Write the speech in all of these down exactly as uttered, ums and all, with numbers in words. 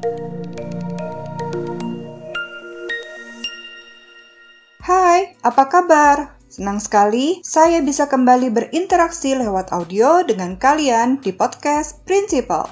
Hai, apa kabar? Senang sekali saya bisa kembali berinteraksi lewat audio dengan kalian di podcast Prinsipal.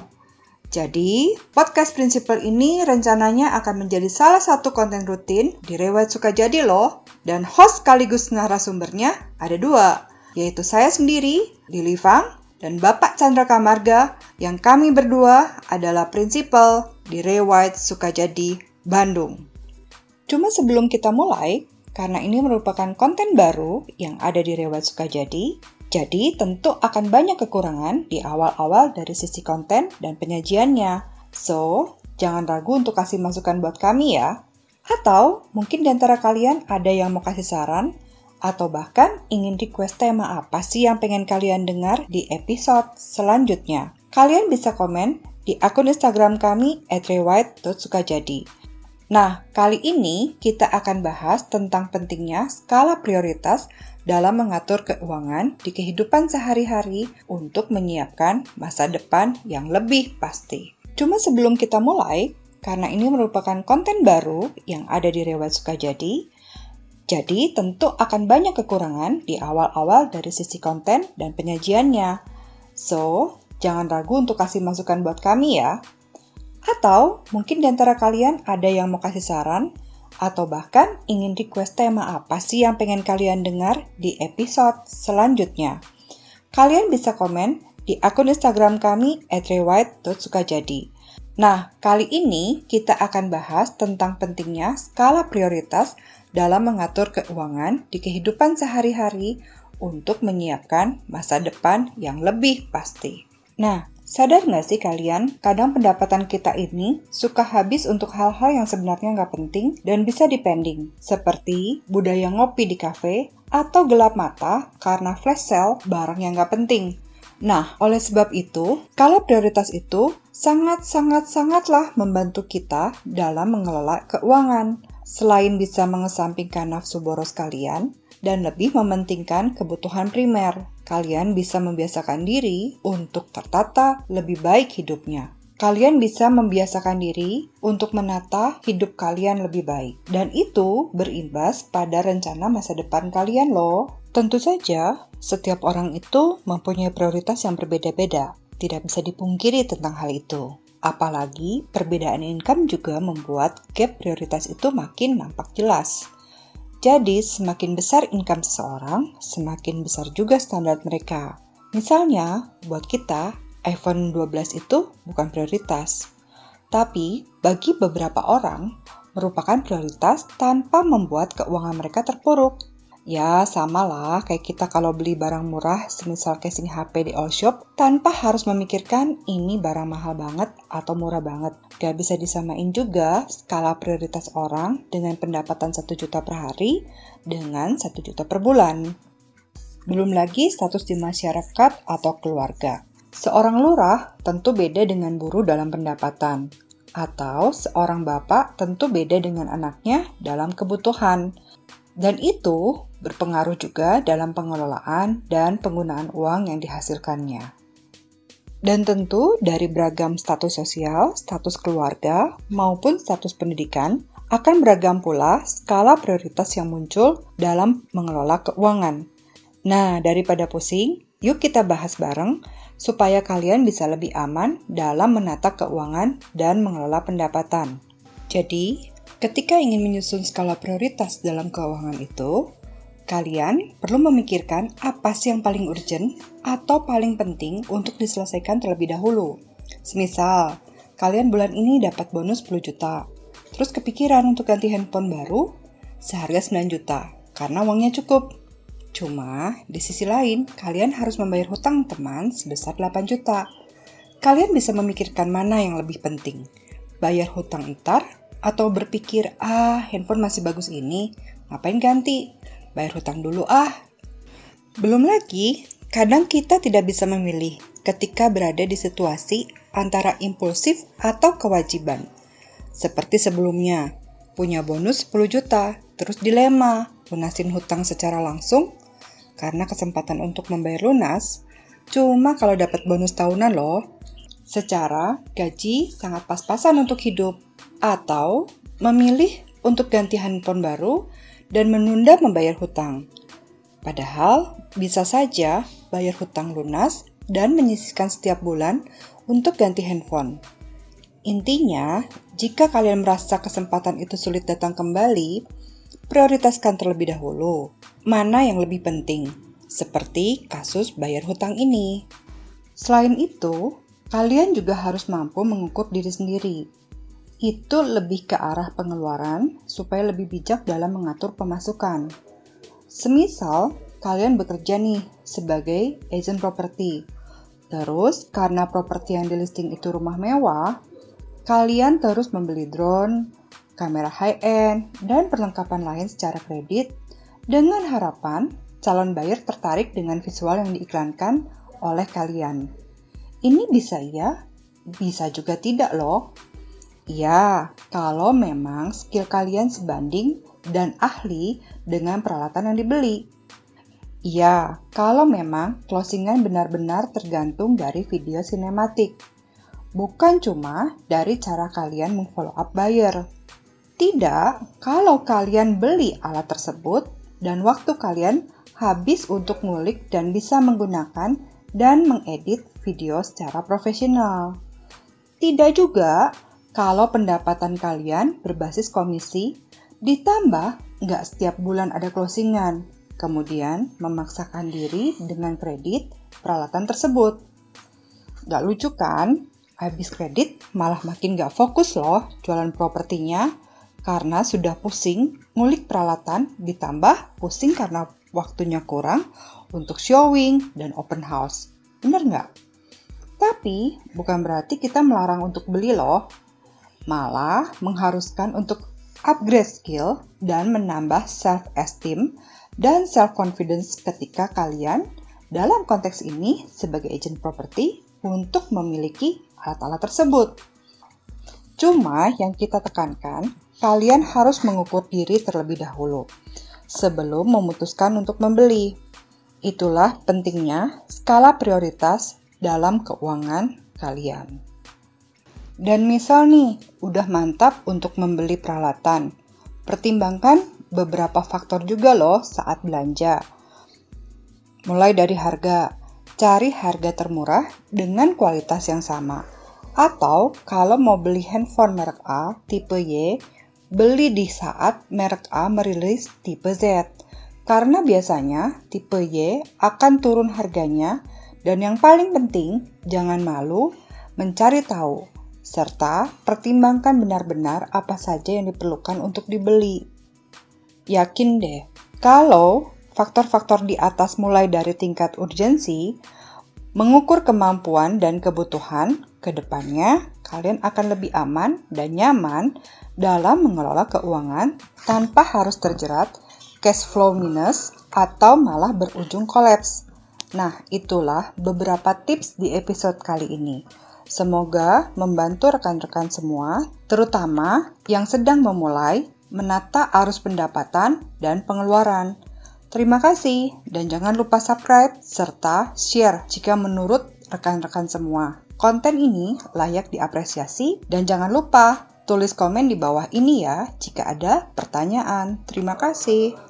Jadi, podcast Prinsipal ini rencananya akan menjadi salah satu konten rutin di Riwayat Sukajadi loh. Dan host sekaligus narasumbernya ada dua, yaitu saya sendiri, Lili Fang, dan Bapak Chandra Kamarga, yang kami berdua adalah Prinsipal di Riwayat Sukajadi, Bandung. Cuma sebelum kita mulai, karena ini merupakan konten baru yang ada di Riwayat Sukajadi, jadi tentu akan banyak kekurangan di awal-awal dari sisi konten dan penyajiannya. So, jangan ragu untuk kasih masukan buat kami ya. Atau mungkin di antara kalian ada yang mau kasih saran, atau bahkan ingin request tema apa sih yang pengen kalian dengar di episode selanjutnya. Kalian bisa komen di akun Instagram kami at riwayat dot sukajadi. Nah, kali ini kita akan bahas tentang pentingnya skala prioritas dalam mengatur keuangan di kehidupan sehari-hari untuk menyiapkan masa depan yang lebih pasti. Cuma sebelum kita mulai, karena ini merupakan konten baru yang ada di Riwayat Sukajadi, jadi tentu akan banyak kekurangan di awal-awal dari sisi konten dan penyajiannya. So, jangan ragu untuk kasih masukan buat kami ya. Atau mungkin di antara kalian ada yang mau kasih saran, atau bahkan ingin request tema apa sih yang pengen kalian dengar di episode selanjutnya. Kalian bisa komen di akun Instagram kami at riwayat dot sukajadi. Nah, kali ini kita akan bahas tentang pentingnya skala prioritas dalam mengatur keuangan di kehidupan sehari-hari untuk menyiapkan masa depan yang lebih pasti. Nah, sadar nggak sih kalian, kadang pendapatan kita ini suka habis untuk hal-hal yang sebenarnya nggak penting dan bisa dipending, seperti budaya ngopi di kafe atau gelap mata karena flash sale barang yang nggak penting. Nah, oleh sebab itu, skala prioritas itu sangat-sangat-sangatlah membantu kita dalam mengelola keuangan. Selain bisa mengesampingkan nafsu boros kalian dan lebih mementingkan kebutuhan primer, kalian bisa membiasakan diri untuk tertata lebih baik hidupnya. Kalian bisa membiasakan diri untuk menata hidup kalian lebih baik. Dan itu berimbas pada rencana masa depan kalian loh. Tentu saja, setiap orang itu mempunyai prioritas yang berbeda-beda. Tidak bisa dipungkiri tentang hal itu. Apalagi perbedaan income juga membuat gap prioritas itu makin nampak jelas. Jadi, semakin besar income seseorang, semakin besar juga standar mereka. Misalnya, buat kita, iPhone dua belas itu bukan prioritas. Tapi, bagi beberapa orang, merupakan prioritas tanpa membuat keuangan mereka terpuruk. Ya, samalah kayak kita kalau beli barang murah, semisal casing H P di all shop, tanpa harus memikirkan ini barang mahal banget atau murah banget. Gak bisa disamain juga skala prioritas orang dengan pendapatan satu juta per hari dengan satu juta per bulan. Belum lagi status di masyarakat atau keluarga. Seorang lurah tentu beda dengan buruh dalam pendapatan. Atau seorang bapak tentu beda dengan anaknya dalam kebutuhan. Dan itu berpengaruh juga dalam pengelolaan dan penggunaan uang yang dihasilkannya. Dan tentu dari beragam status sosial, status keluarga, maupun status pendidikan, akan beragam pula skala prioritas yang muncul dalam mengelola keuangan. Nah, daripada pusing, yuk kita bahas bareng supaya kalian bisa lebih aman dalam menata keuangan dan mengelola pendapatan. Jadi, ketika ingin menyusun skala prioritas dalam keuangan itu, kalian perlu memikirkan apa sih yang paling urgent atau paling penting untuk diselesaikan terlebih dahulu. Semisal, kalian bulan ini dapat bonus sepuluh juta, terus kepikiran untuk ganti handphone baru seharga sembilan juta karena uangnya cukup. Cuma, di sisi lain, kalian harus membayar hutang teman sebesar delapan juta. Kalian bisa memikirkan mana yang lebih penting, bayar hutang ntar atau berpikir, ah handphone masih bagus ini, ngapain ganti? Bayar hutang dulu ah. Belum lagi, kadang kita tidak bisa memilih ketika berada di situasi antara impulsif atau kewajiban. Seperti sebelumnya, punya bonus sepuluh juta, terus dilema, lunasin hutang secara langsung, karena kesempatan untuk membayar lunas, cuma kalau dapat bonus tahunan loh. secara gaji sangat pas-pasan untuk hidup, atau memilih untuk ganti handphone baru dan menunda membayar hutang. Padahal bisa saja bayar hutang lunas dan menyisihkan setiap bulan untuk ganti handphone. Intinya, jika kalian merasa kesempatan itu sulit datang kembali, prioritaskan terlebih dahulu mana yang lebih penting, seperti kasus bayar hutang ini. Selain itu, kalian juga harus mampu mengukur diri sendiri. Itu lebih ke arah pengeluaran supaya lebih bijak dalam mengatur pemasukan. Semisal, kalian bekerja nih sebagai agent properti. Terus, karena properti yang di listing itu rumah mewah, kalian terus membeli drone, kamera high-end, dan perlengkapan lain secara kredit dengan harapan calon buyer tertarik dengan visual yang diiklankan oleh kalian. Ini bisa ya, bisa juga tidak loh. Ya, kalau memang skill kalian sebanding dan ahli dengan peralatan yang dibeli. Ya, kalau memang closingan benar-benar tergantung dari video sinematik. Bukan cuma dari cara kalian meng-follow up buyer. Tidak, kalau kalian beli alat tersebut dan waktu kalian habis untuk ngulik dan bisa menggunakan dan mengedit video secara profesional. Tidak juga kalau pendapatan kalian berbasis komisi, ditambah nggak setiap bulan ada closingan, kemudian memaksakan diri dengan kredit peralatan tersebut. Nggak lucu kan? Habis kredit malah makin nggak fokus loh jualan propertinya, karena sudah pusing ngulik peralatan, ditambah pusing karena waktunya kurang untuk showing dan open house. Bener nggak? Tapi bukan berarti kita melarang untuk beli loh. Malah mengharuskan untuk upgrade skill dan menambah self-esteem dan self-confidence ketika kalian dalam konteks ini sebagai agent properti untuk memiliki alat-alat tersebut. Cuma yang kita tekankan, kalian harus mengukur diri terlebih dahulu sebelum memutuskan untuk membeli. Itulah pentingnya skala prioritas dalam keuangan kalian. Dan misal nih, udah mantap untuk membeli peralatan. Pertimbangkan beberapa faktor juga loh saat belanja. Mulai dari harga, cari harga termurah dengan kualitas yang sama. Atau kalau mau beli handphone merek A, tipe Y, beli di saat merek A merilis tipe Z. Karena biasanya tipe Y akan turun harganya, dan yang paling penting, jangan malu mencari tahu, serta pertimbangkan benar-benar apa saja yang diperlukan untuk dibeli. Yakin deh, kalau faktor-faktor di atas mulai dari tingkat urgensi, mengukur kemampuan dan kebutuhan, ke depannya kalian akan lebih aman dan nyaman dalam mengelola keuangan tanpa harus terjerat cash flow minus atau malah berujung kolaps. Nah, itulah beberapa tips di episode kali ini. Semoga membantu rekan-rekan semua, terutama yang sedang memulai menata arus pendapatan dan pengeluaran. Terima kasih, dan jangan lupa subscribe serta share jika menurut rekan-rekan semua konten ini layak diapresiasi, dan jangan lupa tulis komen di bawah ini ya jika ada pertanyaan. Terima kasih.